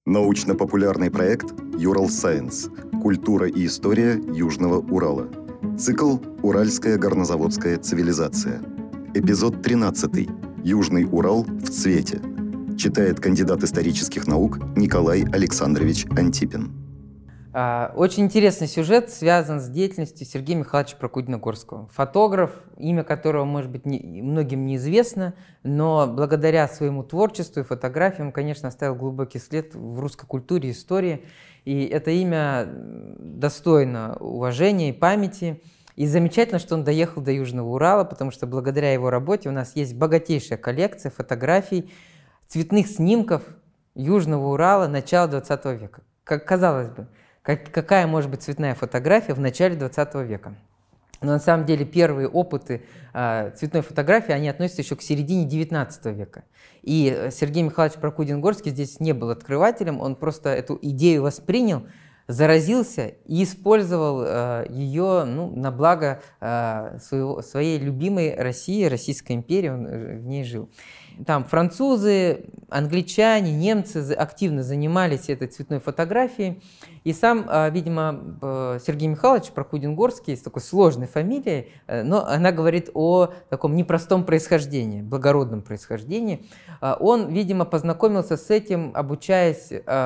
Научно-популярный проект «Ural Science. Культура и история Южного Урала». Цикл «Уральская горнозаводская цивилизация». Эпизод 13. Южный Урал в цвете. Читает кандидат исторических наук Николай Александрович Антипин. Очень интересный сюжет связан с деятельностью Сергея Михайловича Прокудина-Горского. Фотограф, имя которого, может быть, многим неизвестно, но благодаря своему творчеству и фотографиям, конечно, оставил глубокий след в русской культуре и истории. И это имя достойно уважения и памяти. И замечательно, что он доехал до Южного Урала, потому что благодаря его работе у нас есть богатейшая коллекция фотографий, цветных снимков Южного Урала начала 20 века. Как казалось бы, какая может быть цветная фотография в начале 20 века? Но на самом деле первые опыты цветной фотографии, они относятся еще к середине 19 века. И Сергей Михайлович Прокудин-Горский здесь не был открывателем, он просто эту идею воспринял, заразился и использовал ее на благо своей любимой России, Российской империи, он в ней жил. Там французы, англичане, немцы активно занимались этой цветной фотографией. И сам, видимо, Сергей Михайлович Прокудин-Горский с такой сложной фамилией, но она говорит о таком непростом происхождении, благородном происхождении. Он, видимо, познакомился с этим, обучаясь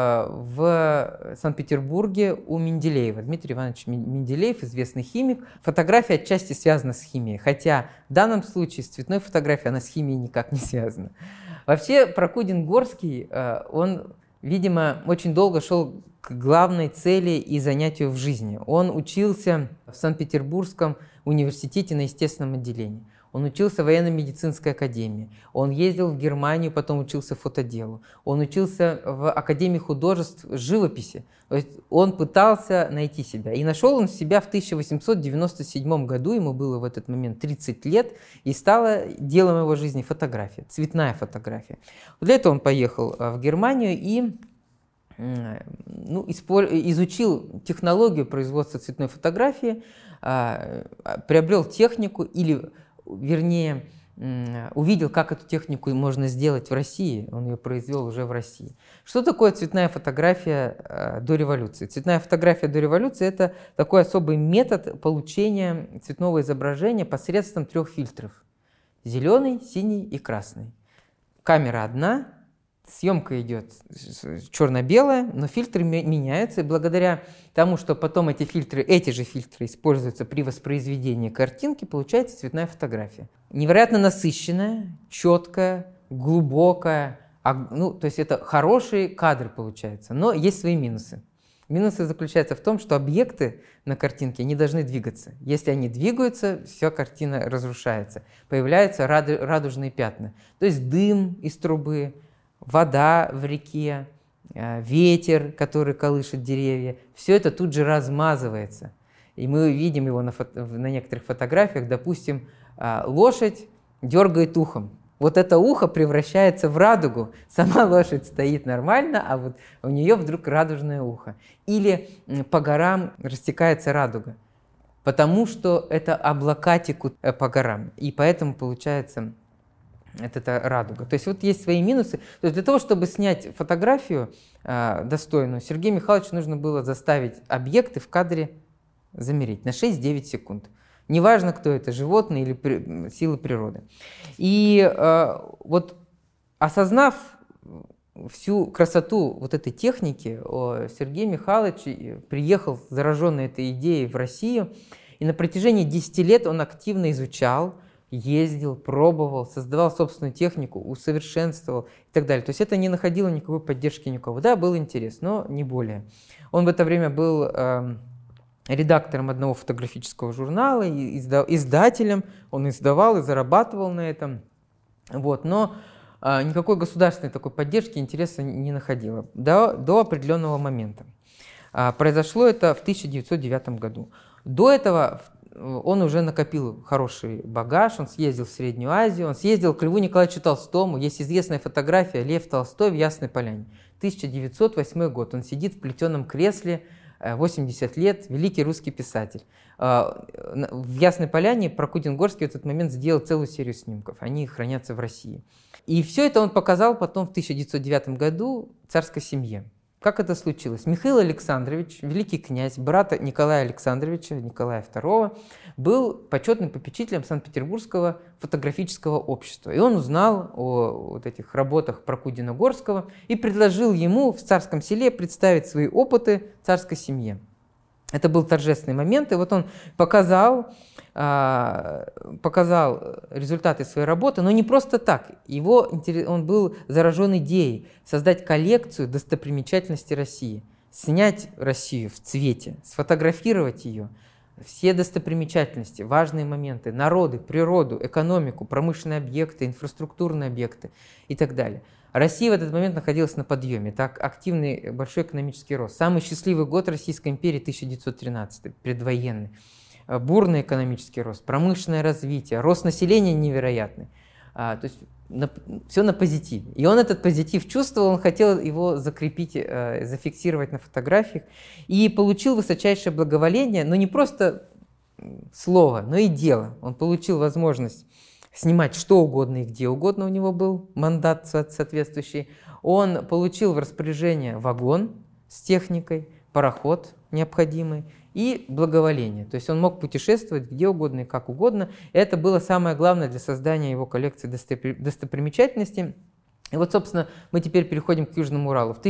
в Санкт-Петербурге у Менделеева. Дмитрий Иванович Менделеев, известный химик. Фотография отчасти связана с химией, хотя в данном случае с цветной фотографией она с химией никак не связана. Вообще Прокудин-Горский, он, видимо, очень долго шел к главной цели и занятию в жизни. Он учился в Санкт-Петербургском университете на естественном отделении. Он учился в военно-медицинской академии. Он ездил в Германию, потом учился фотоделу. Он учился в Академии художеств живописи. То есть он пытался найти себя. И нашел он себя в 1897 году, ему было в этот момент 30 лет, и стало делом его жизни фотография, цветная фотография. Для этого он поехал в Германию и изучил технологию производства цветной фотографии, приобрел технику или, вернее, увидел, как эту технику можно сделать в России. Он ее произвел уже в России. Что такое цветная фотография до революции? Цветная фотография до революции – это такой особый метод получения цветного изображения посредством 3 фильтров – зеленый, синий и красный. Камера одна, съемка идет черно-белая, но фильтры меняются, и благодаря тому, что потом эти же фильтры используются при воспроизведении картинки, получается цветная фотография. Невероятно насыщенная, четкая, глубокая, то есть это хорошие кадры получаются, но есть свои минусы. Минусы заключаются в том, что объекты на картинке не должны двигаться. Если они двигаются, вся картина разрушается, появляются радужные пятна, то есть дым из трубы, вода в реке, ветер, который колышет деревья, все это тут же размазывается. И мы видим его на некоторых фотографиях, допустим, лошадь дергает ухом. Вот это ухо превращается в радугу. Сама лошадь стоит нормально, а вот у нее вдруг радужное ухо. Или по горам растекается радуга, потому что это облака текут по горам. И поэтому получается это радуга. То есть вот есть свои минусы. То есть для того, чтобы снять фотографию достойную, Сергею Михайловичу нужно было заставить объекты в кадре замереть на 6-9 секунд. Неважно, кто это, животные или силы природы. И вот осознав всю красоту вот этой техники, Сергей Михайлович приехал, зараженный этой идеей, в Россию, и на протяжении 10 лет он активно изучал, ездил, пробовал, создавал собственную технику, усовершенствовал и так далее. То есть это не находило никакой поддержки никого. Да, был интерес, но не более. Он в это время был редактором одного фотографического журнала, издателем, он издавал и зарабатывал на этом. Вот. Но никакой государственной такой поддержки, интереса не находило до определенного момента. Произошло это в 1909 году. До этого он уже накопил хороший багаж, он съездил в Среднюю Азию, он съездил к Льву Николаевичу Толстому. Есть известная фотография Лев Толстой в Ясной Поляне. 1908 год. Он сидит в плетеном кресле, 80 лет, великий русский писатель. В Ясной Поляне Прокудин-Горский в этот момент сделал целую серию снимков. Они хранятся в России. И все это он показал потом в 1909 году царской семье. Как это случилось? Михаил Александрович, великий князь, брат Николая Александровича, Николая II, был почетным попечителем Санкт-Петербургского фотографического общества. И он узнал о вот этих работах Прокудина-Горского и предложил ему в Царском Селе представить свои опыты царской семье. Это был торжественный момент, и вот он показал результаты своей работы, но не просто так. Он был заражен идеей создать коллекцию достопримечательностей России, снять Россию в цвете, сфотографировать ее, все достопримечательности, важные моменты, народы, природу, экономику, промышленные объекты, инфраструктурные объекты и так далее. Россия в этот момент находилась на подъеме, так активный большой экономический рост. Самый счастливый год Российской империи 1913, предвоенный. Бурный экономический рост, промышленное развитие, рост населения невероятный. То есть все на позитиве. И он этот позитив чувствовал, он хотел его закрепить, зафиксировать на фотографиях. И получил высочайшее благоволение, но не просто слово, но и дело. Он получил возможность снимать что угодно и где угодно, у него был мандат соответствующий. Он получил в распоряжение вагон с техникой, пароход необходимый и благоволение. То есть он мог путешествовать где угодно и как угодно. И это было самое главное для создания его коллекции достопримечательностей. И вот, собственно, мы теперь переходим к Южному Уралу. В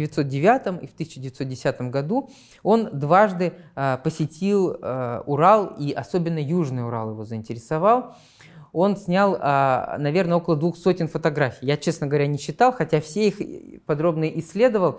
1909 и в 1910 году он дважды посетил Урал, и особенно Южный Урал его заинтересовал. Он снял, наверное, около 200 фотографий. Я, честно говоря, не считал, хотя все их подробно исследовал.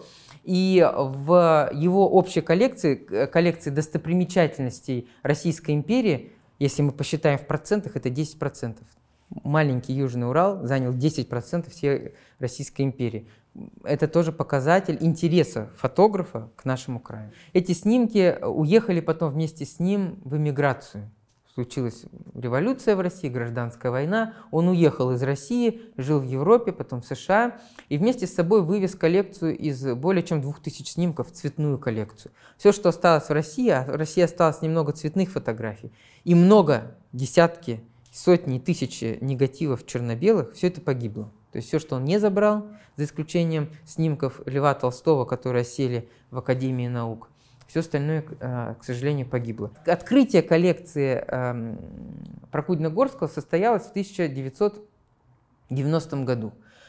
И в его общей коллекции достопримечательностей Российской империи, если мы посчитаем в процентах, это 10%. Маленький Южный Урал занял 10% всей Российской империи. Это тоже показатель интереса фотографа к нашему краю. Эти снимки уехали потом вместе с ним в эмиграцию. Случилась революция в России, гражданская война. Он уехал из России, жил в Европе, потом в США. И вместе с собой вывез коллекцию из более чем 2000 снимков, цветную коллекцию. Все, что осталось в России, а в России осталось немного цветных фотографий. И много, десятки, сотни, тысячи негативов черно-белых, все это погибло. То есть все, что он не забрал, за исключением снимков Льва Толстого, которые осели в Академии наук, все остальное, к сожалению, погибло. Открытие коллекции Прокудина-Горского состоялось в 1990 году.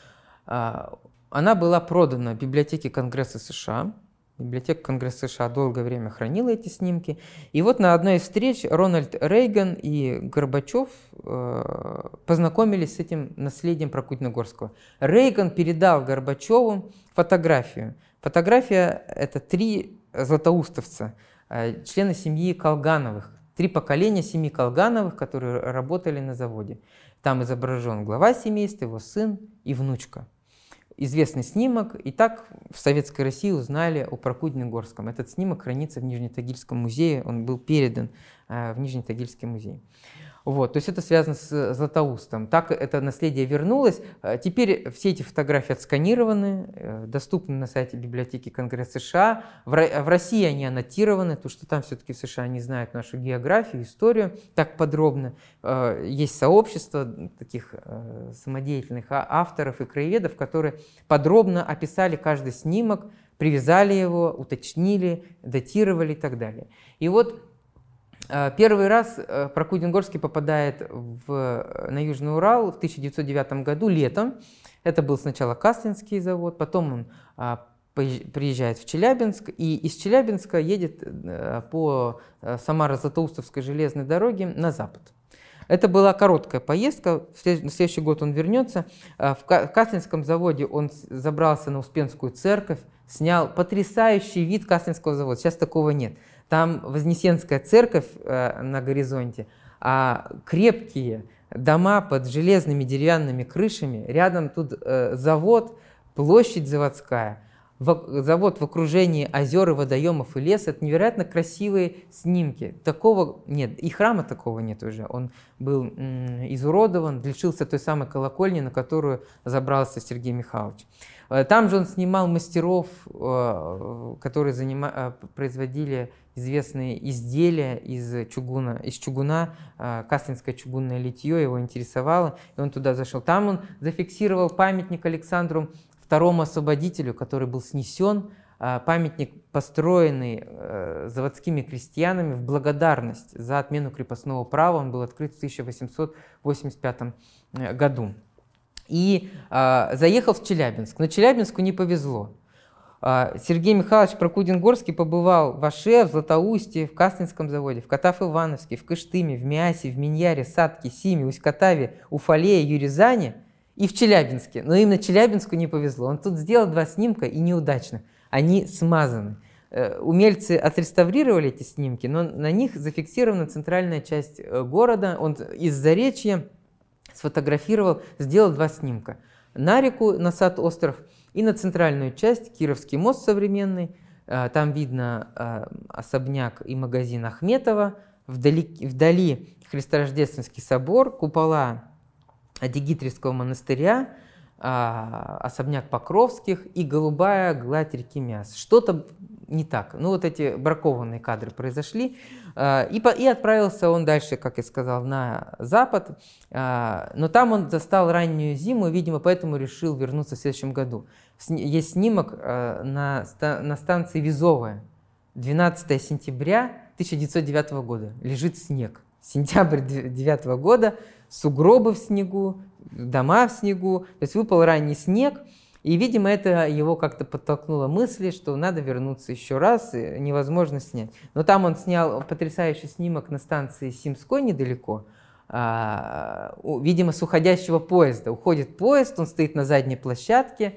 Она была продана Библиотеке Конгресса США. Библиотека Конгресса США долгое время хранила эти снимки. И вот на одной из встреч Рональд Рейган и Горбачев познакомились с этим наследием Прокудина-Горского. Рейган передал Горбачеву фотографию. Фотография – это 3 златоустовца, члены семьи Колгановых. 3 поколения семьи Колгановых, которые работали на заводе. Там изображен глава семейства, его сын и внучка. Известный снимок. И так в Советской России узнали о Прокудине-Горском. Этот снимок хранится в Нижнетагильском музее. Он был передан в Нижнетагильский музей. Вот, то есть это связано с Златоустом. Так это наследие вернулось. Теперь все эти фотографии отсканированы, доступны на сайте библиотеки Конгресса США. В России они аннотированы, потому что там все-таки в США не знают нашу географию, историю так подробно. Есть сообщество таких самодеятельных авторов и краеведов, которые подробно описали каждый снимок, привязали его, уточнили, датировали и так далее. И вот первый раз Прокудин-Горский попадает на Южный Урал в 1909 году, летом. Это был сначала Каслинский завод, потом он приезжает в Челябинск, и из Челябинска едет по Самаро-Златоустовской железной дороге на запад. Это была короткая поездка, на следующий год он вернется. В Каслинском заводе он забрался на Успенскую церковь, снял потрясающий вид Каслинского завода, сейчас такого нет. Там Вознесенская церковь на горизонте, а крепкие дома под железными деревянными крышами. Рядом тут завод, площадь заводская, завод в окружении озер и водоемов и леса. Это невероятно красивые снимки. Такого нет, и храма такого нет уже. Он был изуродован, лишился той самой колокольни, на которую забрался Сергей Михайлович. Там же он снимал мастеров, которые производили известные изделия из чугуна. Каслинское чугунное литье его интересовало, и он туда зашел. Там он зафиксировал памятник Александру II Освободителю, который был снесен памятник, построенный заводскими крестьянами в благодарность за отмену крепостного права. Он был открыт в 1885 году. И заехал в Челябинск. Но Челябинску не повезло. Сергей Михайлович Прокудин-Горский побывал в Аше, в Златоусте, в Каслинском заводе, в Катав-Ивановске, в Кыштыме, в Миасе, в Миньяре, Сатке, Симе, Усть-Катаве, Уфалее, Юрезане и в Челябинске. Но именно Челябинску не повезло. Он тут сделал 2 снимка и неудачных. Они смазаны. Умельцы отреставрировали эти снимки, но на них зафиксирована центральная часть города. Он из Заречья сфотографировал, сделал 2 снимка. На реку, на сад-остров, и на центральную часть, Кировский мост современный. Там видно особняк и магазин Ахметова. Вдали Христорождественский собор, купола Адигитрийского монастыря, особняк Покровских и голубая гладь реки Миас. Что-то не так. Ну, вот эти бракованные кадры произошли. И отправился он дальше, как я сказал, на запад. Но там он застал раннюю зиму, и, видимо, поэтому решил вернуться в следующем году. Есть снимок на станции Визовая. 12 сентября 1909 года. Лежит снег. Сентябрь 1909 года. Сугробы в снегу, дома в снегу. То есть выпал ранний снег. И, видимо, это его как-то подтолкнуло мысли, что надо вернуться еще раз, и невозможно снять. Но там он снял потрясающий снимок на станции Симской недалеко, видимо, с уходящего поезда. Уходит поезд, он стоит на задней площадке,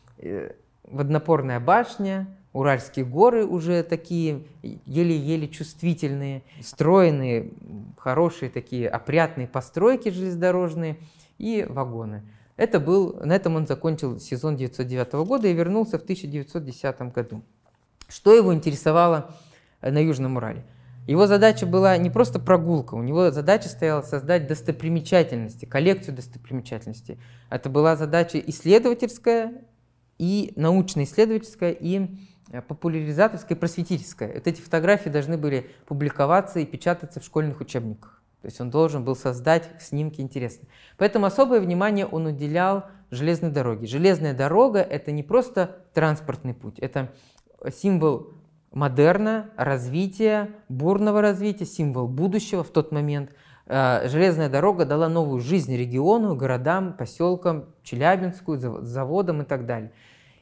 водонапорная башня, Уральские горы уже такие еле-еле чувствительные, стройные, хорошие такие опрятные постройки железнодорожные и вагоны. На этом он закончил сезон 1909 года и вернулся в 1910 году. Что его интересовало на Южном Урале? Его задача была не просто прогулка, у него задача стояла создать достопримечательности, коллекцию достопримечательностей. Это была задача исследовательская, и научно-исследовательская, и популяризаторская, и просветительская. Вот эти фотографии должны были публиковаться и печататься в школьных учебниках. То есть он должен был создать снимки интересные. Поэтому особое внимание он уделял железной дороге. Железная дорога – это не просто транспортный путь, это символ модерна, развития, бурного развития, символ будущего в тот момент. Железная дорога дала новую жизнь региону, городам, поселкам, Челябинску, заводам и так далее.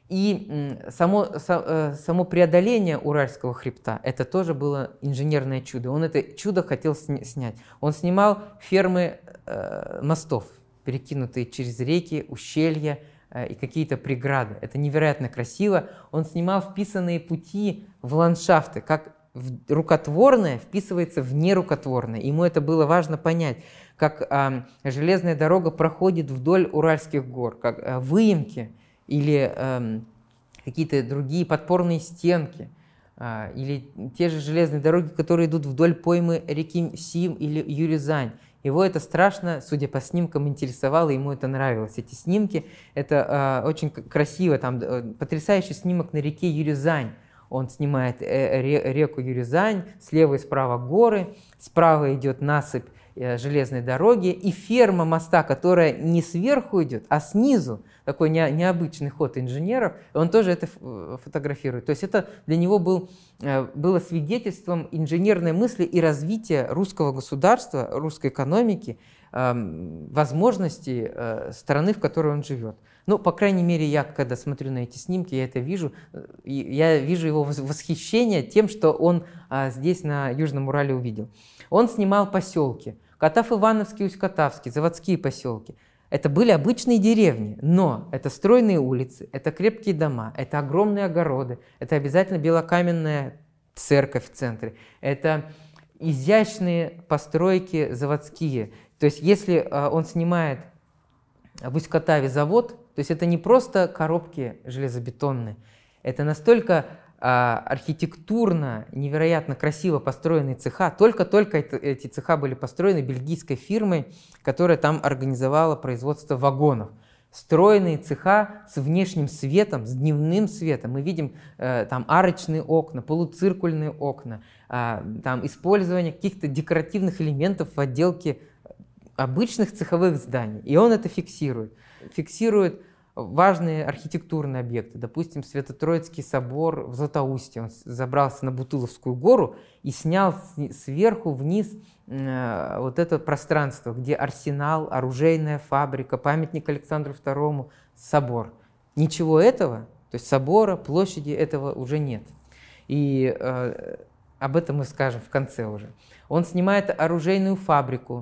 И само преодоление Уральского хребта – это тоже было инженерное чудо. Он это чудо хотел снять. Он снимал фермы мостов, перекинутые через реки, ущелья и какие-то преграды. Это невероятно красиво. Он снимал вписанные пути в ландшафты, как рукотворное вписывается в нерукотворное. Ему это было важно понять, как железная дорога проходит вдоль Уральских гор, как выемки, или какие-то другие подпорные стенки, или те же железные дороги, которые идут вдоль поймы реки Сим или Юрезань. Его это страшно, судя по снимкам, интересовало, ему это нравилось. Эти снимки, это очень красиво, там потрясающий снимок на реке Юрезань. Он снимает реку Юрезань, слева и справа горы, справа идет насыпь железной дороги и ферма моста, которая не сверху идет, а снизу. Такой необычный ход инженеров, он тоже это фотографирует. То есть это для него было свидетельством инженерной мысли и развития русского государства, русской экономики, возможностей страны, в которой он живет. Ну, по крайней мере, я, когда смотрю на эти снимки, я это вижу. Я вижу его восхищение тем, что он здесь, на Южном Урале, увидел. Он снимал поселки. Катав-Ивановский, Усть-Катавский, заводские поселки. Это были обычные деревни, но это стройные улицы, это крепкие дома, это огромные огороды, это обязательно белокаменная церковь в центре, это изящные постройки заводские. То есть если он снимает в Усть-Катаве завод, то есть это не просто коробки железобетонные, это настолько архитектурно, невероятно красиво построенные цеха. Только-только эти цеха были построены бельгийской фирмой, которая там организовала производство вагонов. Стройные цеха с внешним светом, с дневным светом. Мы видим там арочные окна, полуциркульные окна, там использование каких-то декоративных элементов в отделке обычных цеховых зданий. И он это фиксирует. Фиксирует важные архитектурные объекты. Допустим, Свято-Троицкий собор в Златоусте. Он забрался на Бутыловскую гору и снял сверху вниз вот это пространство, где арсенал, оружейная фабрика, памятник Александру II, собор. Ничего этого, то есть собора, площади этого уже нет. И об этом мы скажем в конце уже. Он снимает оружейную фабрику.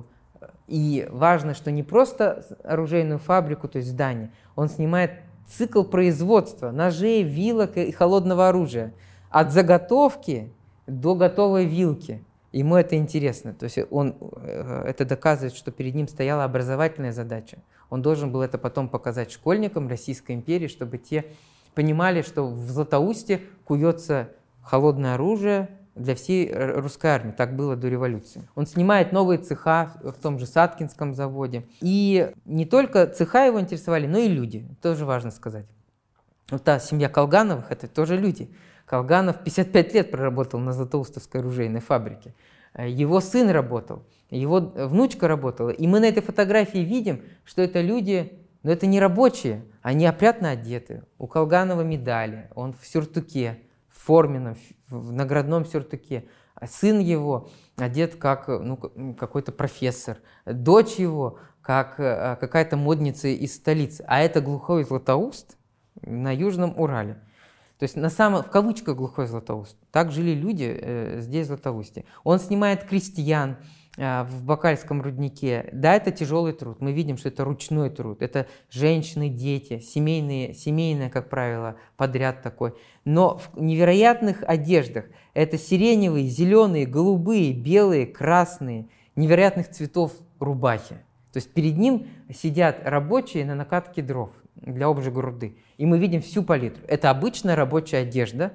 И важно, что не просто оружейную фабрику, то есть здание, он снимает цикл производства ножей, вилок и холодного оружия. От заготовки до готовой вилки. Ему это интересно. То есть это доказывает, что перед ним стояла образовательная задача. Он должен был это потом показать школьникам Российской империи, чтобы те понимали, что в Златоусте куется холодное оружие для всей русской армии. Так было до революции. Он снимает новые цеха в том же Саткинском заводе. И не только цеха его интересовали, но и люди. Тоже важно сказать. Вот та семья Колгановых – это тоже люди. Колганов 55 лет проработал на Златоустовской оружейной фабрике. Его сын работал, его внучка работала. И мы на этой фотографии видим, что это люди, но это не рабочие, они опрятно одеты. У Колганова медали, он в сюртуке, в форменном, в наградном сюртуке. Сын его одет как какой-то профессор. Дочь его как какая-то модница из столицы. А это глухой Златоуст на Южном Урале. То есть в кавычках глухой Златоуст. Так жили люди здесь, в Златоусте. Он снимает крестьян в Бакальском руднике. Да, это тяжелый труд. Мы видим, что это ручной труд. Это женщины, дети, семейные, как правило, подряд такой. Но в невероятных одеждах. Это сиреневые, зеленые, голубые, белые, красные, невероятных цветов рубахи. То есть перед ним сидят рабочие на накатке дров для обжига руды. И мы видим всю палитру. Это обычная рабочая одежда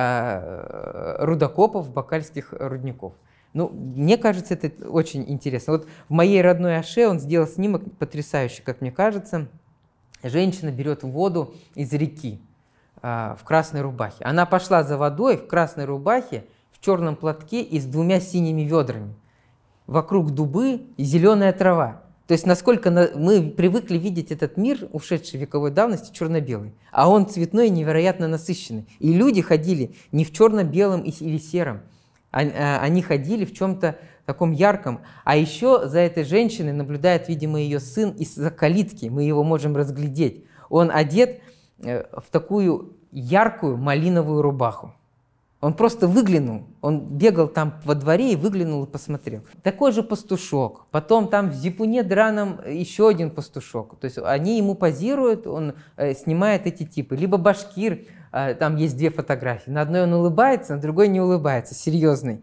рудокопов бакальских рудников. Ну, мне кажется, это очень интересно. Вот в моей родной Аше он сделал снимок потрясающий, как мне кажется. Женщина берет воду из реки в красной рубахе. Она пошла за водой в красной рубахе, в черном платке и с 2 синими ведрами. Вокруг дубы и зеленая трава. То есть насколько мы привыкли видеть этот мир, ушедший вековой давности, черно-белый, а он цветной и невероятно насыщенный. И люди ходили не в черно-белом или сером, они ходили в чем-то таком ярком. А еще за этой женщиной наблюдает, видимо, ее сын из-за калитки, мы его можем разглядеть. Он одет в такую яркую малиновую рубаху. Он просто выглянул, он бегал там во дворе и выглянул и посмотрел. Такой же пастушок, потом там в зипуне драном еще один пастушок. То есть они ему позируют, он снимает эти типы. Либо башкир, там есть 2 фотографии. На одной он улыбается, на другой не улыбается, серьезный.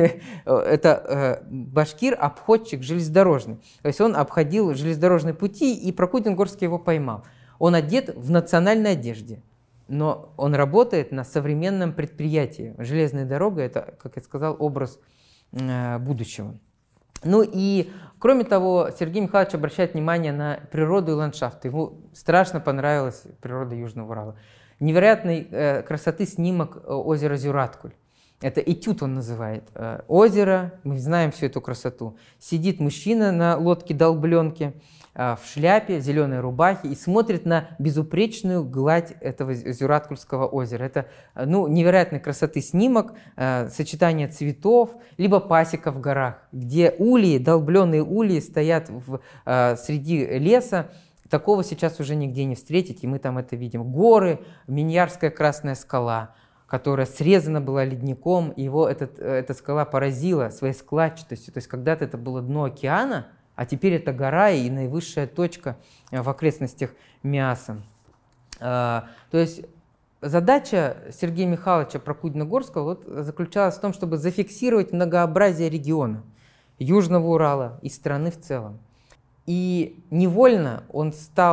Это башкир, обходчик железнодорожный. То есть он обходил железнодорожные пути, и Прокудин-Горский его поймал. Он одет в национальной одежде. Но он работает на современном предприятии. Железная дорога – это, как я сказал, образ будущего. Ну и, кроме того, Сергей Михайлович обращает внимание на природу и ландшафт. Ему страшно понравилась природа Южного Урала. Невероятной красоты снимок озера Зюраткуль. Это этюд он называет. Озеро, мы знаем всю эту красоту. Сидит мужчина на лодке-долбленке, в шляпе, зеленой рубахе и смотрит на безупречную гладь этого Зюраткульского озера. Это невероятной красоты снимок, сочетание цветов, либо пасека в горах, где ульи, долбленные ульи стоят среди леса. Такого сейчас уже нигде не встретить, и мы там это видим. Горы, Миньярская Красная скала, которая срезана была ледником, и его эта скала поразила своей складчатостью. То есть когда-то это было дно океана, а теперь это гора и наивысшая точка в окрестностях Миаса. То есть задача Сергея Михайловича Прокудина-Горского заключалась в том, чтобы зафиксировать многообразие региона, Южного Урала и страны в целом. И невольно он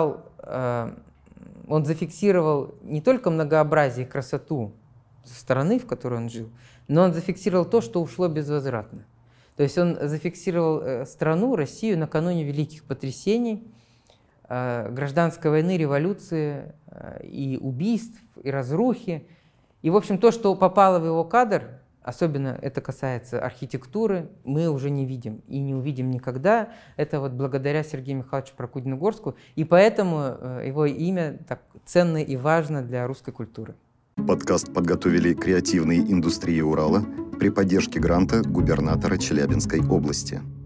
зафиксировал не только многообразие и красоту страны, в которой он жил, но он зафиксировал то, что ушло безвозвратно. То есть он зафиксировал страну, Россию, накануне великих потрясений, гражданской войны, революции, и убийств, и разрухи. И, в общем, то, что попало в его кадр, особенно это касается архитектуры, мы уже не видим и не увидим никогда. Это вот благодаря Сергею Михайловичу Прокудину-Горску, и поэтому его имя так ценно и важно для русской культуры. Подкаст подготовили креативные индустрии Урала при поддержке гранта губернатора Челябинской области.